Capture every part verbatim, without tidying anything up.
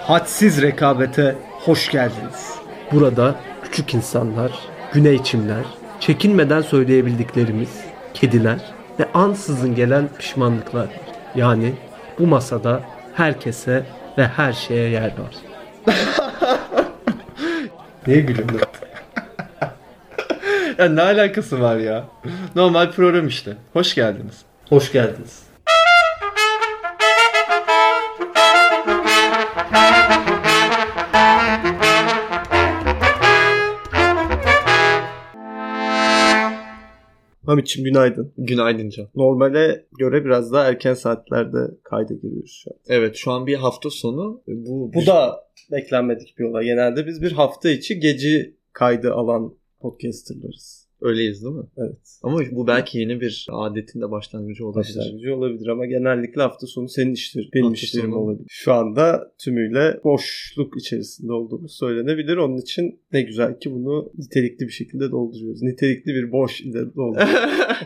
hadsiz rekabete hoş geldiniz. Burada küçük insanlar, güney çimler, çekinmeden söyleyebildiklerimiz, kediler ve ansızın gelen pişmanlıklar var. Yani bu masada herkese ve her şeye yer var. Niye gülüyorsun? Ya ne alakası var ya? Normal program işte. Hoş geldiniz. Hoş geldiniz. Hamit'ciğim günaydın. Günaydın Can. Normale göre biraz daha erken saatlerde kayda giriyoruz şu an. Evet, şu an bir hafta sonu. Bu, Bu da beklenmedik bir olay. Genelde biz bir hafta içi gece kaydı alan podcasterlarız. Öyleyiz değil mi? Evet. Ama bu belki yeni bir adetin de başlangıcı olabilir. Başlangıcı olabilir ama genellikle hafta sonu senin işlerin, benim Hafta işlerim sonu. olabilir. Şu anda tümüyle boşluk içerisinde olduğumuz söylenebilir. Onun için ne güzel ki bunu nitelikli bir şekilde dolduruyoruz. Nitelikli bir boş ile dolduruyoruz.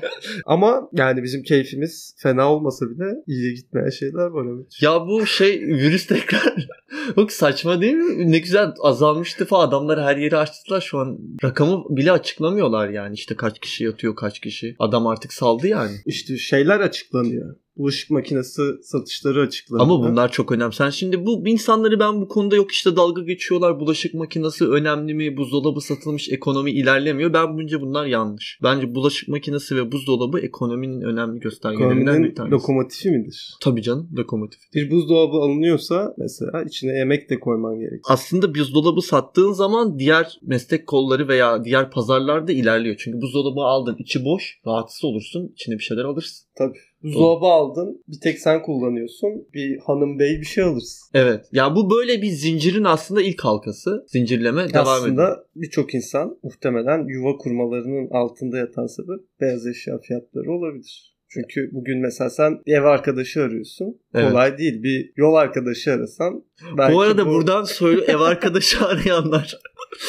Ama yani bizim keyfimiz fena olmasa bile iyiye gitmeyen şeyler var. Evet. Ya bu şey virüs tekrar çok saçma değil mi? Ne güzel azalmıştı falan. Adamlar her yeri açtılar. Şu an rakamı bile açıklamıyorlar yani. İşte kaç kişi yatıyor, kaç kişi. Adam artık saldı yani. İşte şeyler açıklanıyor. Bulaşık makinesi satışları açıklanıyor. Ama bunlar çok önemli. Sen şimdi bu insanları ben bu konuda yok işte dalga geçiyorlar. Bulaşık makinesi önemli mi? Buzdolabı satılmış, ekonomi ilerlemiyor. Ben bence bunlar yanlış. Bence bulaşık makinesi ve buzdolabı ekonominin önemli göstergelerinden Ekonominin bir tanesi. lokomotifi midir? Tabii canım, lokomotif. Bir buzdolabı alınıyorsa mesela içine yemek de koyman gerekiyor. Aslında buzdolabı sattığın zaman diğer meslek kolları veya diğer pazarlarda ilerliyor. Çünkü buzdolabı aldın, içi boş, rahatsız olursun, içine bir şeyler alırsın. Tabii. Buzdolabı aldın, bir tek sen kullanıyorsun. Bir hanım bey bir şey alırsın. Evet. Ya bu böyle bir zincirin aslında ilk halkası. Zincirleme devam ediyor. Aslında birçok insan muhtemelen yuva kurmalarının altında yatan sebep beyaz eşya fiyatları olabilir. Çünkü bugün mesela sen bir ev arkadaşı arıyorsun. Evet. Kolay değil. Bir yol arkadaşı arasan. Belki bu arada bu... buradan söyle ev arkadaşı arayanlar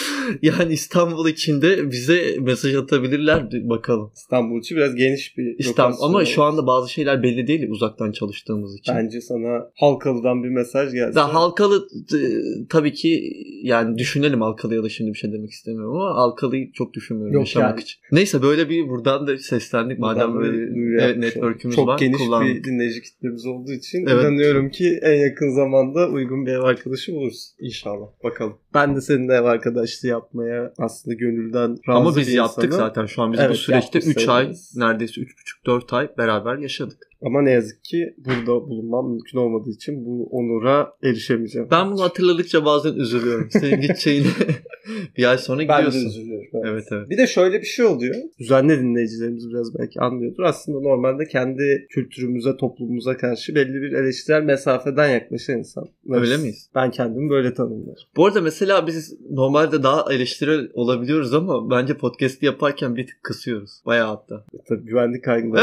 yani İstanbul içinde bize mesaj atabilirler bakalım. İstanbul için biraz geniş bir İstanbul lokasyon. ama şu anda bazı şeyler belli değil uzaktan çalıştığımız için. Bence sana Halkalı'dan bir mesaj gelse. Da Halkalı e, tabii ki yani düşünelim Halkalı'ya da şimdi bir şey demek istemiyorum ama Halkalı'yı çok düşünmüyorum Yok yaşamak yani. için. Neyse böyle bir buradan da seslendik Buradan madem böyle evet, network'ümüz çok var. Çok geniş kullandık. bir dinleyici kitlemiz olduğu için Evet. inanıyorum ki en yakın zamanda uygun bir ev arkadaşı buluruz. İnşallah. Bakalım. Ben de seninle ev arkadaşlığı yapmaya aslında gönülden razı ama biz bir yaptık insana. zaten şu an biz Evet, bu süreçte üç ay sayılırız. neredeyse üç buçuk dört ay beraber yaşadık. Ama ne yazık ki burada bulunmam mümkün olmadığı için bu onura erişemeyeceğim. Ben bunu hatırladıkça bazen üzülüyorum. Senin gideceğine bir ay sonra gidiyorsun. Ben de üzülüyorum. Evet. Evet evet. Bir de şöyle bir şey oluyor. Düzenli dinleyicilerimiz biraz belki anlıyordur. Aslında normalde kendi kültürümüze, toplumumuza karşı belli bir eleştirel mesafeden yaklaşan insan. Öyle miyiz? Ben kendimi böyle tanımlarım. Bu arada mesela biz normalde daha eleştirel olabiliyoruz ama bence podcast yaparken bir tık kısıyoruz. Bayağı hatta. E, tabii güvenlik kaygıları.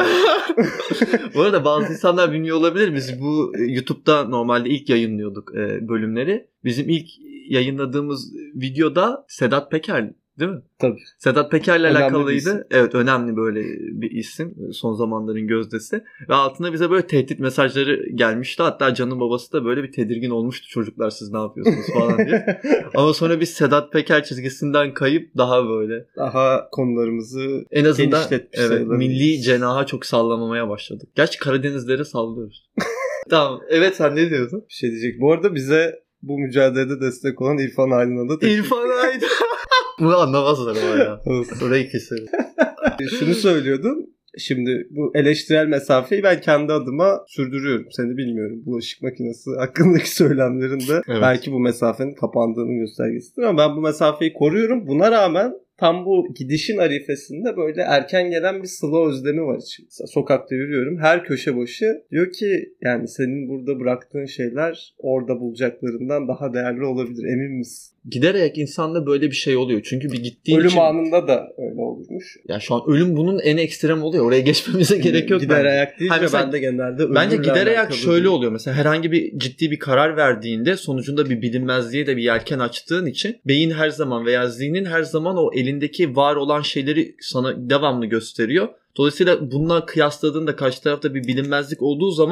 Bu arada bazı insanlar bilmiyor olabilir. Biz bu YouTube'da normalde ilk yayınlıyorduk e, bölümleri. Bizim ilk yayınladığımız videoda Sedat Peker değil mi? Tabii. Sedat Peker'le Önemli alakalıydı. Evet önemli böyle bir isim. Son zamanların gözdesi. Ve altında bize böyle tehdit mesajları gelmişti. Hatta Can'ın babası da böyle bir tedirgin olmuştu. Çocuklar siz ne yapıyorsunuz falan diye. Ama sonra biz Sedat Peker çizgisinden kayıp daha böyle. Daha konularımızı En azından genişletmiş evet, sayılabiliriz. milli cenaha çok sallamamaya başladık. Gerçi Karadenizlere sallıyoruz. Tamam. Evet sen ne diyorsun? Bir şey diyecek. Bu arada bize bu mücadelede destek olan İrfan Aydın'a da teşekkür İrfan Aydın. Bunu anlamazlar ama ya. Orayı keselim. Şunu söylüyordum. Şimdi bu eleştirel mesafeyi ben kendi adıma sürdürüyorum. Seni bilmiyorum. Bulaşık makinesi hakkındaki söylemlerinde Evet. belki bu mesafenin kapandığının göstergesidir ama ben bu mesafeyi koruyorum. Buna rağmen tam bu gidişin arifesinde böyle erken gelen bir sıla özlemi var içimde. Sokakta yürüyorum. Her köşe başı diyor ki yani senin burada bıraktığın şeyler orada bulacaklarından daha değerli olabilir. Emin misin? Giderek insanda böyle bir şey oluyor. Çünkü bir gittiğin Ölüm için... anında da öyle olurmuş. Ya şu an ölüm bunun en ekstrem oluyor. Oraya geçmemize gerek yok. Gider bence. ayak değil Hayır, de mesela- ben de genelde Bence ölümle gider ayak alakalı şöyle değil. oluyor. Mesela herhangi bir ciddi bir karar verdiğinde sonucunda bir bilinmezliğe de bir yelken açtığın için beyin her zaman veya zihnin her zaman o elindeki var olan şeyleri sana devamlı gösteriyor. Dolayısıyla bununla kıyasladığında karşı tarafta bir bilinmezlik olduğu zaman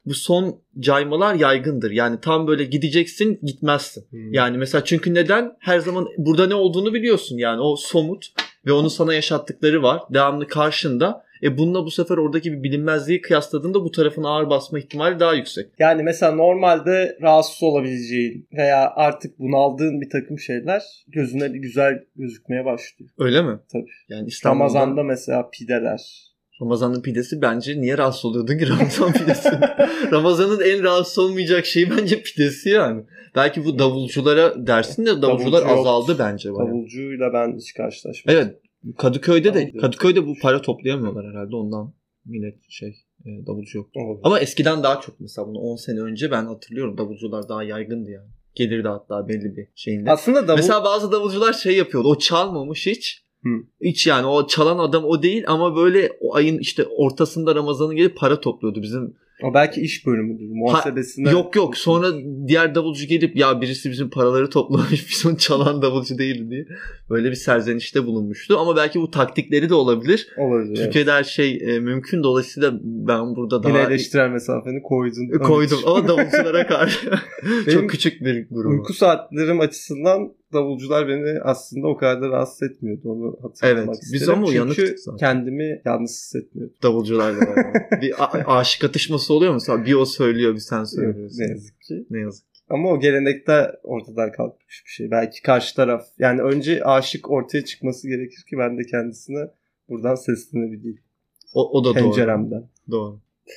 bu son caymalar yaygındır. Yani tam böyle gideceksin, gitmezsin. Hmm. Yani mesela çünkü neden? Her zaman burada ne olduğunu biliyorsun. Yani o somut ve onun sana yaşattıkları var. Devamlı karşında. E bununla bu sefer oradaki bir bilinmezliği kıyasladığında bu tarafın ağır basma ihtimali daha yüksek. Yani mesela normalde rahatsız olabileceğin veya artık bunaldığın bir takım şeyler gözüne bir güzel gözükmeye başlıyor. Öyle mi? Tabii. Yani İstanbul'da... Ramazan'da mesela pideler. Ramazan'ın pidesi bence niye rahatsız oluyordun ki Ramazan pidesi? Ramazan'ın en rahatsız olmayacak şeyi bence pidesi yani. Belki bu davulculara dersin de davulcular Davulcu azaldı bence. Davulcuyla ben hiç karşılaşmadım. Evet. Kadıköy'de de Kadıköy'de bu para toplayamıyorlar herhalde ondan millet şey e, davulcu yok. Olabilir. Ama eskiden daha çok mesela bunu on sene önce ben hatırlıyorum davulcular daha yaygındı yani. Gelirdi hatta belli bir şeyinde. Aslında davul... Mesela bazı davulcular şey yapıyordu. O çalmamış hiç. Hı. Hiç yani o çalan adam o değil ama böyle o ayın işte ortasında Ramazan'ın gelip para topluyordu bizim. O belki iş bölümüdür. Muhasebesinde. Ha, yok yok sonra diğer davulcu gelip ya birisi bizim paraları toplamış biz onu çalan davulcu değil diye. Böyle bir serzenişte bulunmuştu. Ama belki bu taktikleri de olabilir. Olabilir. Türkiye'de evet. Her şey e, mümkün. Dolayısıyla ben burada daha... Yine eleştirel mesafeni koydun. Koydum ama davulculara karşı çok küçük bir grubu. Uyku saatlerim açısından davulcular beni aslında o kadar da rahatsız etmiyordu. Onu hatırlamak evet, isterim. Biz ama Çünkü kendimi yalnız hissetmiyordum. Davulcularla beraber. Bir a- aşık atışması oluyor mu? Bir o söylüyor bir sen söylüyorsun. Ne yazık ki. Ne yazık ki. Ama o gelenekte ortadan kalkmış bir şey. Belki karşı taraf. Yani önce aşık ortaya çıkması gerekir ki ben de kendisine buradan seslenebileyim. O, o da penceremden. Doğru. Doğru.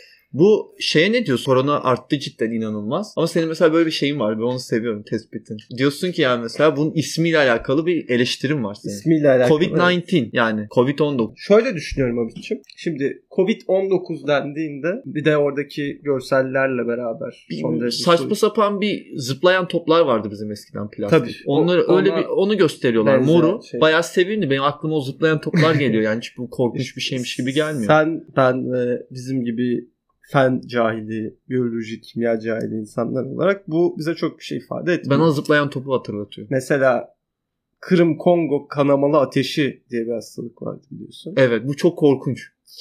Bu şeye ne diyorsun? Korona arttı cidden inanılmaz. Ama senin mesela böyle bir şeyin var. Ben onu seviyorum tespitin. Diyorsun ki yani mesela bunun ismiyle alakalı bir eleştirim var senin. İsmiyle alakalı. covid on dokuz evet. Yani covid on dokuz. Şöyle düşünüyorum abiciğim. Şimdi covid on dokuz dendiğinde bir de oradaki görsellerle beraber. Bir, saçma soru. Sapan bir zıplayan toplar vardı bizim eskiden plastik. Tabii. Onları o, öyle bir onu gösteriyorlar. Moru. Şey. Bayağı sevimli. Benim aklıma o zıplayan toplar geliyor. Yani hiç bu korkunç bir şeymiş gibi gelmiyor. Sen ben ve bizim gibi fen cahili, biyoloji, kimya cahili insanlar olarak bu bize çok bir şey ifade etmiyor. Bana zıplayan topu hatırlatıyor. Mesela Kırım Kongo kanamalı ateşi diye bir hastalık vardı biliyorsun. Evet, bu çok korkunç.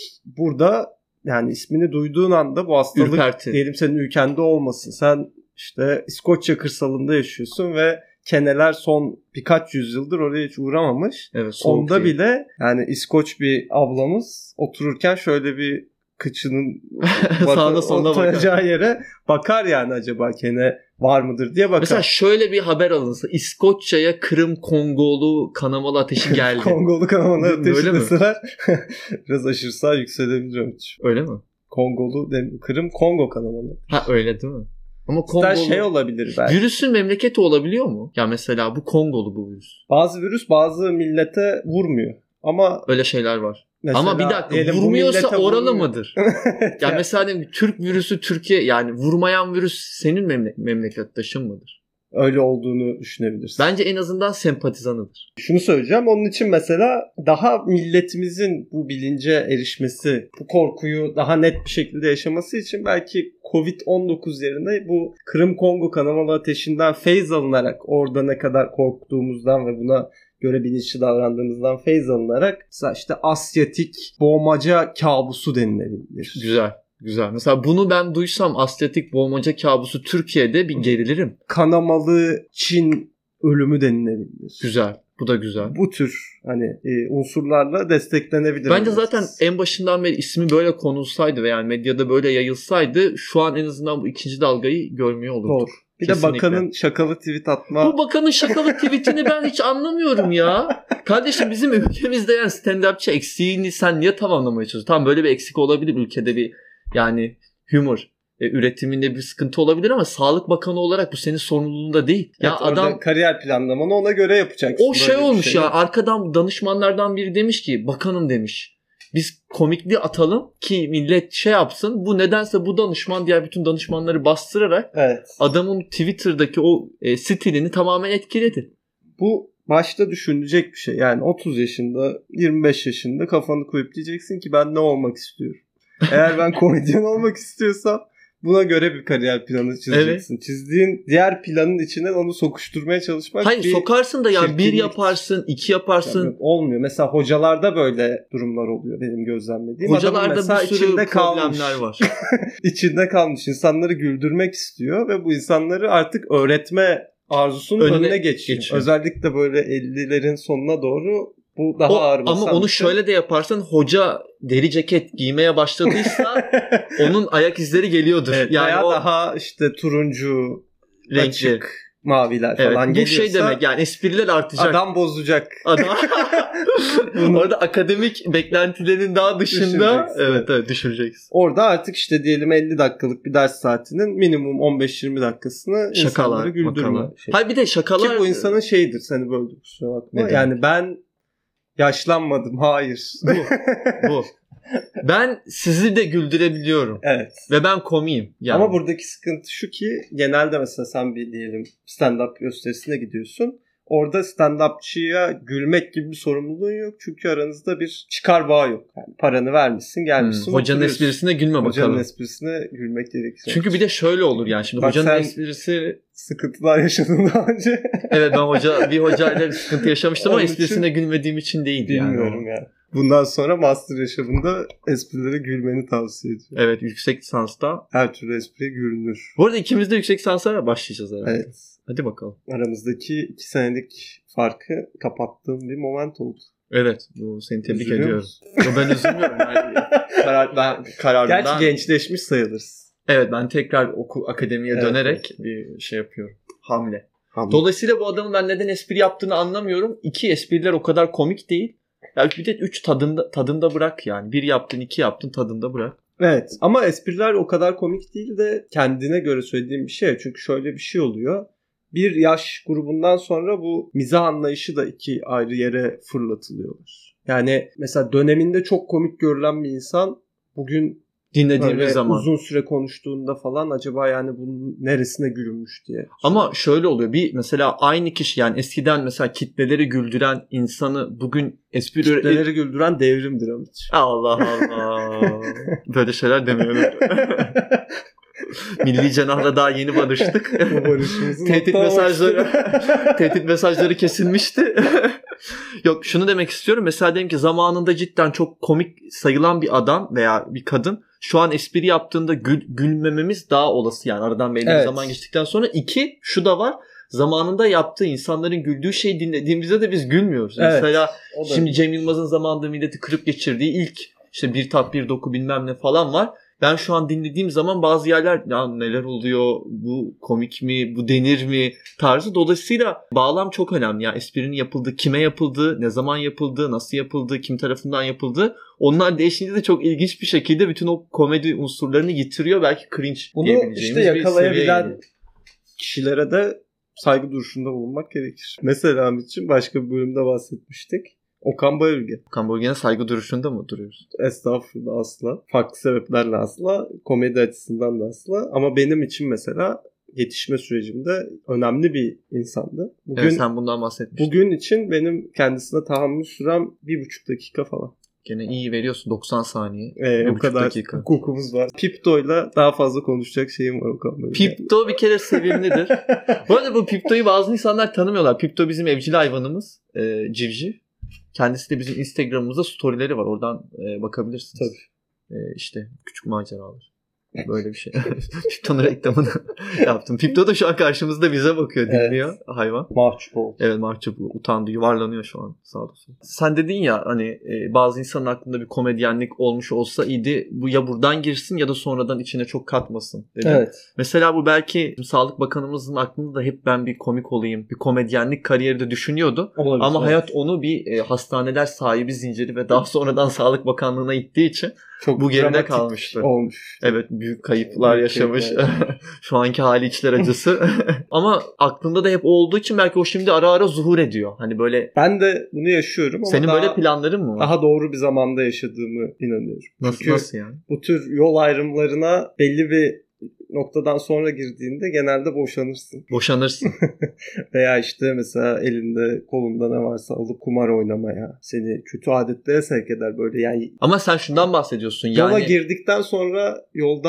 Burada yani ismini duyduğun anda bu hastalık Ürperti. Diyelim senin ülkende olmasın. Sen işte İskoçya kırsalında yaşıyorsun ve keneler son birkaç yüzyıldır oraya hiç uğramamış. Evet, onda değil. bile yani İskoç bir ablamız otururken şöyle bir kıçının sağda solda oturacağı yere bakar yani acaba kene var mıdır diye bakar. Mesela şöyle bir haber alınsa İskoçya'ya Kırım Kongolu kanamalı ateşi geldi. Kongolu kanamalı ateşi deseler biraz aşırısa yükselebilirim. Öyle mi? Kongolu Kırım Kongo kanamalı. Ha öyle değil mi? Ama Kongolu şey olabilir belki. Virüsün memleketi olabiliyor mu? Ya mesela bu Kongolu bu virüs. Bazı virüs bazı millete vurmuyor. Ama öyle şeyler var. Mesela, ama bir dakika vurmuyorsa oralı vurmuyor. Mıdır? Yani mesela diyelim, Türk virüsü Türkiye yani vurmayan virüs senin memle- memlektaşın mıdır? Öyle olduğunu düşünebilirsin. Bence en azından sempatizanıdır. Şunu söyleyeceğim. Onun için mesela daha milletimizin bu bilince erişmesi, bu korkuyu daha net bir şekilde yaşaması için belki covid on dokuz yerine bu Kırım Kongo kanamalı ateşinden feyz alınarak orada ne kadar korktuğumuzdan ve buna göre bilinçli davrandığımızdan feyz alınarak mesela işte Asyatik boğmaca kabusu denilebilir. Güzel. Güzel. Mesela bunu ben duysam Asyatik boğmaca kabusu Türkiye'de bir gerilirim. Kanamalı Çin ölümü denilebilir. Güzel. Bu da güzel. Bu tür hani e, unsurlarla desteklenebilir. Bence zaten en başından beri ismi böyle konulsaydı ve yani medyada böyle yayılsaydı şu an en azından bu ikinci dalgayı görmüyor olurduk. Doğru. Bir Kesinlikle. de bakanın şakalı tweet atma. Bu bakanın şakalı tweetini ben hiç anlamıyorum ya. Kardeşim bizim ülkemizde yani stand-upçı eksiğini sen niye tamamlamaya çalışıyorsun? Tamam böyle bir eksik olabilir ülkede bir yani humor e, üretiminde bir sıkıntı olabilir ama Sağlık Bakanı olarak bu senin sorumluluğunda değil. Evet, ya adam kariyer planlamanı ona göre yapacaksın. O şey olmuş şey. ya arkadan danışmanlardan biri demiş ki bakanım demiş. Biz komikliği atalım ki millet şey yapsın. Bu nedense bu danışman diğer bütün danışmanları bastırarak evet. adamın Twitter'daki o e, stilini tamamen etkiledi. Bu başta düşünülecek bir şey. Yani otuz yaşında, yirmi beş yaşında kafanı koyup diyeceksin ki ben ne olmak istiyorum? Eğer ben komedyen olmak istiyorsam Buna göre bir kariyer planı çizeceksin. Evet. Çizdiğin diğer planın içine onu sokuşturmaya çalışmak. Hayır sokarsın da yani bir yaparsın, iki yaparsın. Yani olmuyor. Mesela hocalarda böyle durumlar oluyor benim gözlemlediğim. Hocalarda bir sürü problemler kalmış. var. İçinde kalmış. İnsanları güldürmek istiyor ve bu insanları artık öğretme arzusunun önüne, önüne geçiyor. geçiyor. Özellikle böyle ellilerin sonuna doğru bu daha o, ağır ama onu şöyle de yaparsan hoca deri ceket giymeye başladıysa onun ayak izleri geliyordur. Evet, yani veya o daha işte turuncu, renkli, açık maviler evet, falan bu geliyorsa. Bu şey demek yani espriler artacak. Adam bozacak. Adam. Orada akademik beklentilerin daha dışında evet evet düşüreceksin. Orada artık işte diyelim elli dakikalık bir ders saatinin minimum on beş yirmi dakikasını şakalar, insanları güldürme. Şey. Hayır bir de şakalar. Ki bu insanın şeyidir seni böldüm kusura bakma. Neden? Yani ben yaşlanmadım. Hayır. Bu. Bu. Ben sizi de güldürebiliyorum. Evet. Ve ben komiyim. Yani. Ama buradaki sıkıntı şu ki genelde mesela sen bir diyelim stand-up gösterisine gidiyorsun. Orada stand-upçıya gülmek gibi bir sorumluluğun yok. Çünkü aranızda bir çıkar bağı yok. Yani paranı vermişsin gelmişsin. Hmm, hocanın esprisine gülme bakalım. Hocanın esprisine gülmek gerekir. Çünkü bir de şöyle olur yani. Şimdi bak hocanın esprisi... sıkıntılar yaşadın daha önce. Evet ben hoca bir hocayla bir sıkıntı yaşamıştım ama esprisine gülmediğim için değil. Bilmiyorum yani. yani. Bundan sonra master yaşamında esprilere gülmeni tavsiye ediyorum. Evet yüksek lisansta. Her türlü espriye gülünür. Bu arada ikimiz de yüksek lisansa başlayacağız herhalde. Evet. Hadi bakalım. Aramızdaki iki senelik farkı kapattığım bir moment oldu. Evet. Bu seni tebrik Üzülüyor ediyorum. Yo, ben üzülmüyorum. Yani, karar, ben kararımdan... Gerçi gençleşmiş sayılırız. Evet ben tekrar oku akademiye evet, dönerek evet. bir şey yapıyorum. Hamle. Hamle. Dolayısıyla bu adamın ben neden espri yaptığını anlamıyorum. İki espriler o kadar komik değil. Ya bir de üç tadında, tadında bırak yani. Bir yaptın, iki yaptın tadında bırak. Evet ama espriler o kadar komik değil de kendine göre söylediğim bir şey. Çünkü şöyle bir şey oluyor. Bir yaş grubundan sonra bu mizah anlayışı da iki ayrı yere fırlatılıyorlar. Yani mesela döneminde çok komik görülen bir insan bugün dinlediğimiz zaman uzun süre konuştuğunda falan acaba yani bunun neresine gülünmüş diye. Ama şöyle oluyor. Bir mesela aynı kişi yani eskiden mesela kitleleri güldüren insanı bugün espri kitleleri e- güldüren devrimdir ama. Allah Allah. Böyle şeyler demiyorum. Milli Cenah'la daha yeni barıştık. tehdit mesajları tehdit mesajları kesilmişti. Yok şunu demek istiyorum. Mesela diyelim ki zamanında cidden çok komik sayılan bir adam veya bir kadın şu an espri yaptığında gül, gülmememiz daha olası. Yani aradan belli evet. bir zaman geçtikten sonra. İki şu da var. Zamanında yaptığı insanların güldüğü şeyi dinlediğimizde de biz gülmüyoruz. Evet, mesela şimdi Cem Yılmaz'ın zamanında milleti kırıp geçirdiği ilk işte bir tat bir doku bilmem ne falan var. Ben şu an dinlediğim zaman bazı yerler ya neler oluyor, bu komik mi, bu denir mi tarzı. Dolayısıyla bağlam çok önemli. Yani esprinin yapıldığı, kime yapıldığı, ne zaman yapıldığı, nasıl yapıldığı, kim tarafından yapıldığı. Onlar değişince de çok ilginç bir şekilde bütün o komedi unsurlarını yitiriyor. Belki cringe bunu diyebileceğimiz işte yakalayabilen kişilere de saygı duruşunda bulunmak gerekir. Mesela için başka bir bölümde bahsetmiştik. Okan Bayülgen. Okan Bayülgen'e saygı duruşunda mı duruyoruz? Estağfurullah asla. Farklı sebeplerle asla. Komedi açısından da asla. Ama benim için mesela yetişme sürecimde önemli bir insandı. Bugün, evet sen bundan bahsetmiştin. Bugün için benim kendisine tahammül sürem bir buçuk dakika falan. Gene iyi veriyorsun doksan saniye. Ee, o kadar dakika. Hukukumuz var. Pipto'yla daha fazla konuşacak şeyim var Okan Bayülgen. Pipto bir kere sevimlidir. Bu arada bu Pipto'yu bazı insanlar tanımıyorlar. Pipto bizim evcil hayvanımız. E, civciv. Kendisi de bizim Instagram'ımızda storyleri var. Oradan e, bakabilirsiniz. Tabii. E, işte küçük maceralar. Böyle bir şey. Pipto'nun reklamını yaptım. Pipto da şu an karşımızda bize bakıyor, dinliyor evet. hayvan. Mahcup oldu. Evet mahcup, utandı, yuvarlanıyor şu an sağda solda. Sen dedin ya hani e, bazı insanın aklında bir komedyenlik olmuş olsa iyiydi. Bu ya buradan girsin ya da sonradan içine çok katmasın dedin. Evet. Mesela bu belki Sağlık Bakanımızın aklında da hep ben bir komik olayım, bir komedyenlik kariyeri de düşünüyordu. Olabilir, ama evet. hayat onu bir e, hastaneler sahibi zinciri ve daha sonradan Sağlık Bakanlığı'na ittiği için çok bu geride kalmıştı. Olmuş. Evet büyük kayıplar büyük yaşamış. Şu anki hali içler acısı. Ama aklında da hep olduğu için belki o şimdi ara ara zuhur ediyor. Hani böyle. Ben de bunu yaşıyorum ama senin daha, böyle planların mı var? Daha doğru bir zamanda yaşadığımı inanıyorum. Nasıl, Çünkü nasıl yani? Bu tür yol ayrımlarına belli bir noktadan sonra girdiğinde genelde boşanırsın. Boşanırsın. Veya işte mesela elinde kolunda ne varsa alıp kumar oynamaya, seni kötü adetlere sevk eder böyle yani. Ama sen şundan bahsediyorsun yani. Yola girdikten sonra yoldan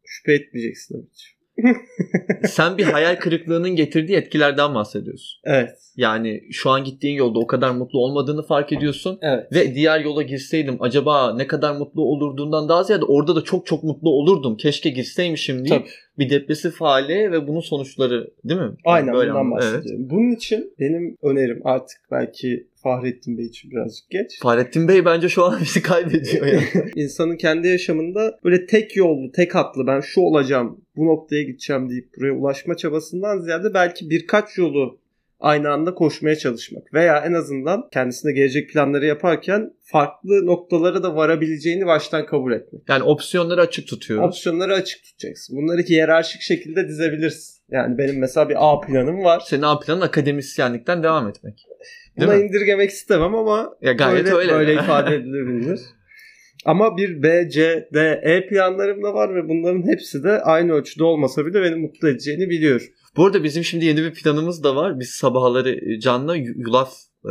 Şüphe etmeyeceksin tabii ki. Sen bir hayal kırıklığının getirdiği etkilerden bahsediyorsun. Evet. Yani şu an gittiğin yolda o kadar mutlu olmadığını fark ediyorsun. Evet. Ve diğer yola girseydim acaba ne kadar mutlu olurduğundan daha ziyade orada da çok çok mutlu olurdum. Keşke girseymişim diye Tabii. bir depresif hale ve bunun sonuçları değil mi? Aynen böyle bundan anladım. bahsediyorum. Evet. Bunun için benim önerim artık belki Fahrettin Bey için birazcık geç. Fahrettin Bey bence şu an bizi kaybediyor yani. İnsanın kendi yaşamında böyle tek yollu, tek hatlı ben şu olacağım, bu noktaya gideceğim deyip buraya ulaşma çabasından ziyade belki birkaç yolu aynı anda koşmaya çalışmak. Veya en azından kendisine gelecek planları yaparken farklı noktalara da varabileceğini baştan kabul etmek. Yani opsiyonları açık tutuyoruz. Opsiyonları açık tutacaksın. Bunları hiyerarşik şekilde dizebilirsin. Yani benim mesela bir A planım var. Senin A planın akademisyenlikten devam etmek. Değil Buna mi? indirgemek istemem ama Ya gayet böyle, öyle. böyle ifade edilebilir. Ama bir B, C, D, E planlarım da var ve bunların hepsi de aynı ölçüde olmasa bile beni mutlu edeceğini biliyorum. Bu arada bizim şimdi yeni bir planımız da var. Biz sabahları Can'la yulaf e,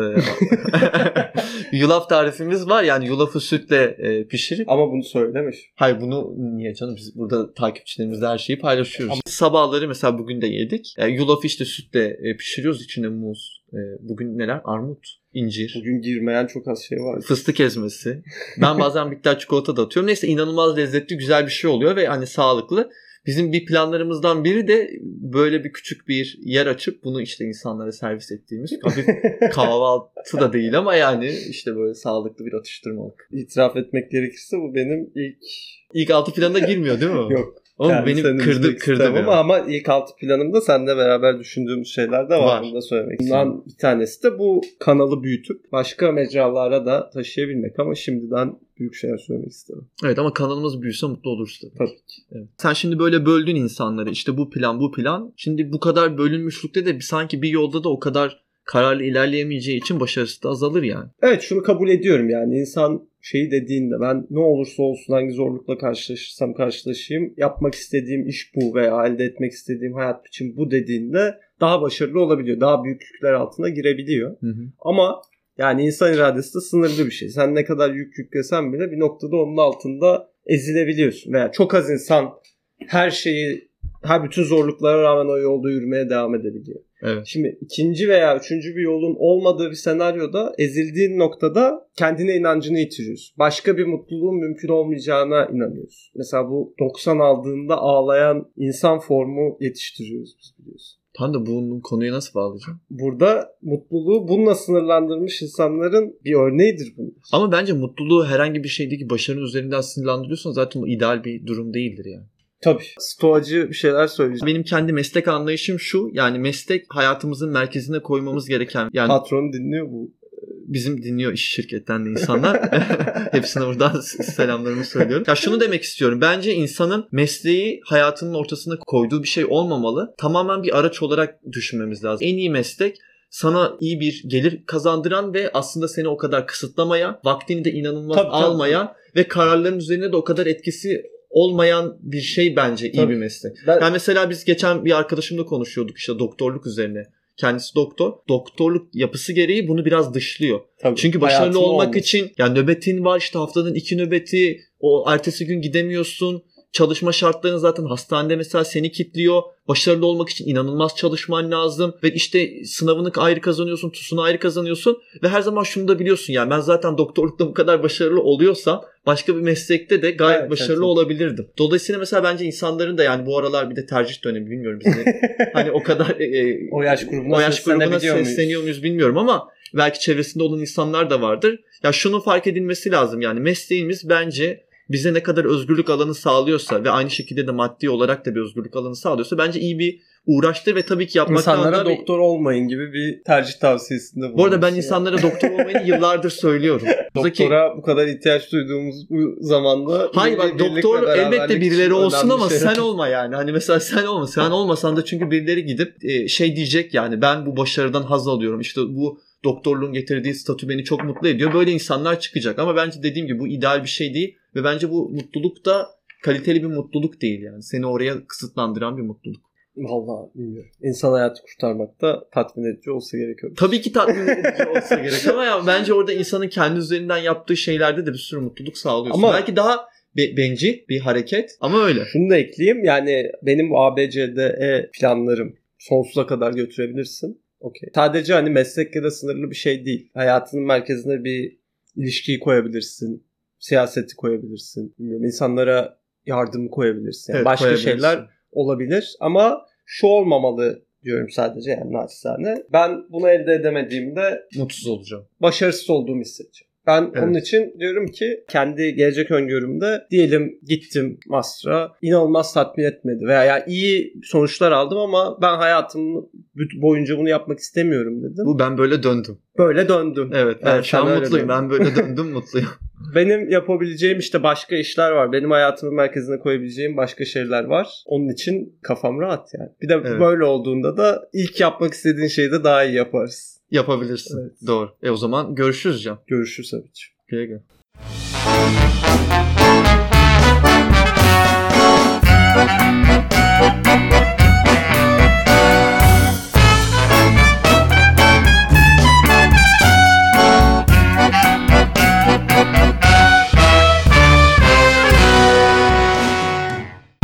yulaf tarifimiz var. Yani yulafı sütle e, pişirip. Ama bunu söylemiş. Hayır bunu niye canım? Biz burada takipçilerimizle her şeyi paylaşıyoruz. Ama sabahları mesela bugün de yedik. E, yulafı işte sütle e, pişiriyoruz. İçine muz. E, bugün neler? Armut, incir. Bugün girmeyen çok az şey var. Fıstık ezmesi. Ben bazen bitter çikolata da atıyorum. Neyse inanılmaz lezzetli, güzel bir şey oluyor ve hani sağlıklı. Bizim bir planlarımızdan biri de böyle bir küçük bir yer açıp bunu işte insanlara servis ettiğimiz hafif kahvaltı da değil ama yani işte böyle sağlıklı bir atıştırmalık. İtiraf etmek gerekirse bu benim ilk... İlk altı planda girmiyor değil mi? Yok. Oğlum Yani beni kırdı kırdı ama, ama ilk altı planımda seninle beraber düşündüğümüz şeyler de var. Var. Bunu da söylemek istiyorum. Bundan bir tanesi de bu kanalı büyütüp başka mecralara da taşıyabilmek ama şimdiden büyük şeyler söylemek istedim. Evet ama kanalımız büyüse mutlu oluruz tabii. Tabii ki. Evet. Sen şimdi böyle böldün insanları. İşte bu plan bu plan. Şimdi bu kadar bölünmüşlükte de sanki bir yolda da o kadar kararlı ilerleyemeyeceği için başarısı da azalır yani. Evet şunu kabul ediyorum yani insan şeyi dediğinde ben ne olursa olsun hangi zorlukla karşılaşırsam karşılaşayım yapmak istediğim iş bu veya elde etmek istediğim hayat biçimi bu dediğinde daha başarılı olabiliyor. Daha büyük yükler altına girebiliyor. Hı hı. Ama yani insan iradesi de sınırlı bir şey. Sen ne kadar yük yüklesen bile bir noktada onun altında ezilebiliyorsun. Veya çok az insan her şeyi, her bütün zorluklara rağmen o yolda yürümeye devam edebiliyor. Evet. Şimdi ikinci veya üçüncü bir yolun olmadığı bir senaryoda ezildiğin noktada kendine inancını yitiriyorsun. Başka bir mutluluğun mümkün olmayacağına inanıyorsun. Mesela bu doksan aldığında ağlayan insan formu yetiştiriyoruz biz biliyorsun. Tam da bunun konuyu nasıl bağlayacağım? Burada mutluluğu bununla sınırlandırmış insanların bir örneğidir bunlar. Ama bence mutluluğu herhangi bir şeydeki başarının üzerinden sınırlandırıyorsan zaten o ideal bir durum değildir yani. Tabii. Stoacı bir şeyler söyleyeceğim. Benim kendi meslek anlayışım şu. Yani meslek hayatımızın merkezine koymamız gereken. Yani patron dinliyor bu. Bizim dinliyor iş şirketten de insanlar. Hepsine buradan selamlarımı söylüyorum. Ya şunu demek istiyorum. Bence insanın mesleği hayatının ortasına koyduğu bir şey olmamalı. Tamamen bir araç olarak düşünmemiz lazım. En iyi meslek sana iyi bir gelir kazandıran ve aslında seni o kadar kısıtlamayan, vaktini de inanılmaz tabii, almayan tabii. Ve kararların üzerine de o kadar etkisi olmayan bir şey bence iyi tabii. Bir meslek. Ben... Yani mesela biz geçen bir arkadaşımla konuşuyorduk işte doktorluk üzerine. Kendisi doktor. Doktorluk yapısı gereği bunu biraz dışlıyor. Tabii, çünkü başarılı olmak olmuş. için yani nöbetin var işte haftanın iki nöbeti o ertesi gün gidemiyorsun. Çalışma şartların zaten hastanede mesela seni kilitliyor. Başarılı olmak için inanılmaz çalışman lazım. Ve işte sınavını ayrı kazanıyorsun, TUS'unu ayrı kazanıyorsun. Ve her zaman şunu da biliyorsun yani ben zaten doktorlukta bu kadar başarılı oluyorsam başka bir meslekte de gayet evet, başarılı evet. olabilirdim. Dolayısıyla mesela bence insanların da yani bu aralar bir de tercih dönemi bilmiyorum biz de. Hani o kadar e, o yaş grubuna, o yaş grubuna sesleniyor muyuz bilmiyorum ama belki çevresinde olan insanlar da vardır. Ya şunun fark edilmesi lazım yani mesleğimiz bence bize ne kadar özgürlük alanı sağlıyorsa ve aynı şekilde de maddi olarak da bir özgürlük alanı sağlıyorsa bence iyi bir uğraştır ve tabii ki yapmaktan İnsanlara da bir... doktor olmayın gibi bir tercih tavsiyesinde bulunmuş. Bu arada ben insanlara doktor olmayı yıllardır söylüyorum. Doktora bu kadar ihtiyaç duyduğumuz bu zamanda... Hayır bak doktor elbette birileri olsun ama şey. Sen olma yani. Hani mesela sen olma. Sen olmasan da çünkü birileri gidip şey diyecek yani ben bu başarıdan haz alıyorum. İşte bu doktorluğun getirdiği statü beni çok mutlu ediyor. Böyle insanlar çıkacak ama bence dediğim gibi bu ideal bir şey değil ve bence bu mutluluk da kaliteli bir mutluluk değil yani. Seni oraya kısıtlandıran bir mutluluk. Vallahi bilmiyorum. İnsan hayatı kurtarmak da tatmin edici olsa gerekiyor. Tabii ki tatmin edici olsa gerek ama ya bence orada insanın kendi üzerinden yaptığı şeylerde de bir sürü mutluluk sağlıyorsun. Ama belki daha Be- bencil bir hareket ama öyle. Şunu da ekleyeyim. Yani benim bu A B C D E planlarım sonsuza kadar götürebilirsin. Okey. Sadece hani meslekle de sınırlı bir şey değil. Hayatının merkezine bir ilişkiyi koyabilirsin. Siyaseti koyabilirsin. Bilmiyorum, insanlara yardım koyabilirsin. Yani evet, başka şeyler olabilir ama şu olmamalı diyorum sadece, yani naçizane. Ben bunu elde edemediğimde mutsuz olacağım. Başarısız olduğumu hissedeceğim. Ben evet. onun için diyorum ki kendi gelecek öngörümde diyelim gittim master'a, inanılmaz tatmin etmedi veya yani iyi sonuçlar aldım ama ben hayatım boyunca bunu yapmak istemiyorum dedim. Bu ben böyle döndüm. Böyle döndüm. Evet, ben yani şu an mutluyum. Döndüm. Ben böyle döndüm mutluyum. Benim yapabileceğim işte başka işler var. Benim hayatımın merkezine koyabileceğim başka şeyler var. Onun için kafam rahat yani. Bir de evet. böyle olduğunda da ilk yapmak istediğin şeyi de daha iyi yaparsın. Yapabilirsin. Evet. Doğru. E o zaman görüşürüz Can. Görüşürüz abi. Güle güle.